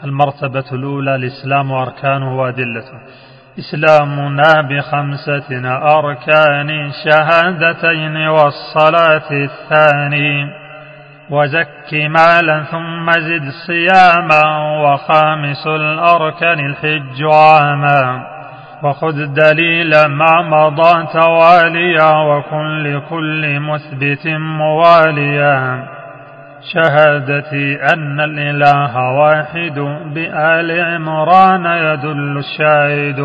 المرتبة الأولى الإسلام وأركانه وأدلته. إسلامنا ب5 أركان، شهادتين والصلاة الثاني، وزك مالا ثم زد صياما، وخامس الأركان الحج عاما، وخذ دليلا مع مضى تواليا، وكن لكل مثبت مواليا. شهادتي أن الإله واحد، بآل عمران يدل الشاهد،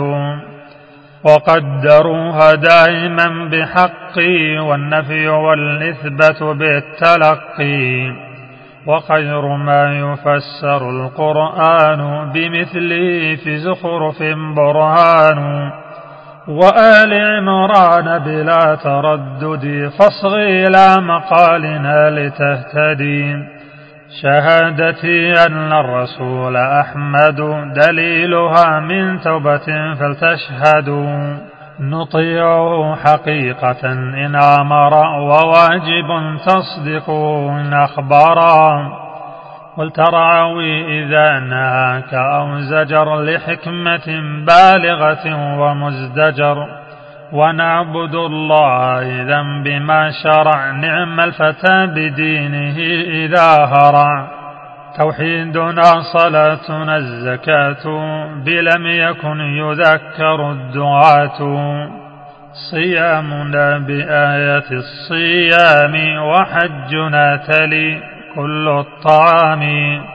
وقدروها دائما بحقي، والنفي والإثبات بالتلقي، وخير ما يفسر القرآن، بمثله في زخرف برهان، وآل عمران بلا تردد، فاصغي إلى مقالنا لتهتدي. شهادتي أن الرسول أحمد، دليلها من توبة فلتشهدوا، نطيعه حقيقة إن أمر، وواجب تصدق إن أخبرا، ولترعوي إذا نهاك أو زجر، لحكمة بالغة ومزدجر، ونعبد الله إذا بما شرع، نعم الفتى بدينه إذا هرع. توحيدنا صلاتنا الزكاة، بلم يكن يذكر الدعاة، صيامنا بآية الصيام، وحجنا تلي كل الطعام.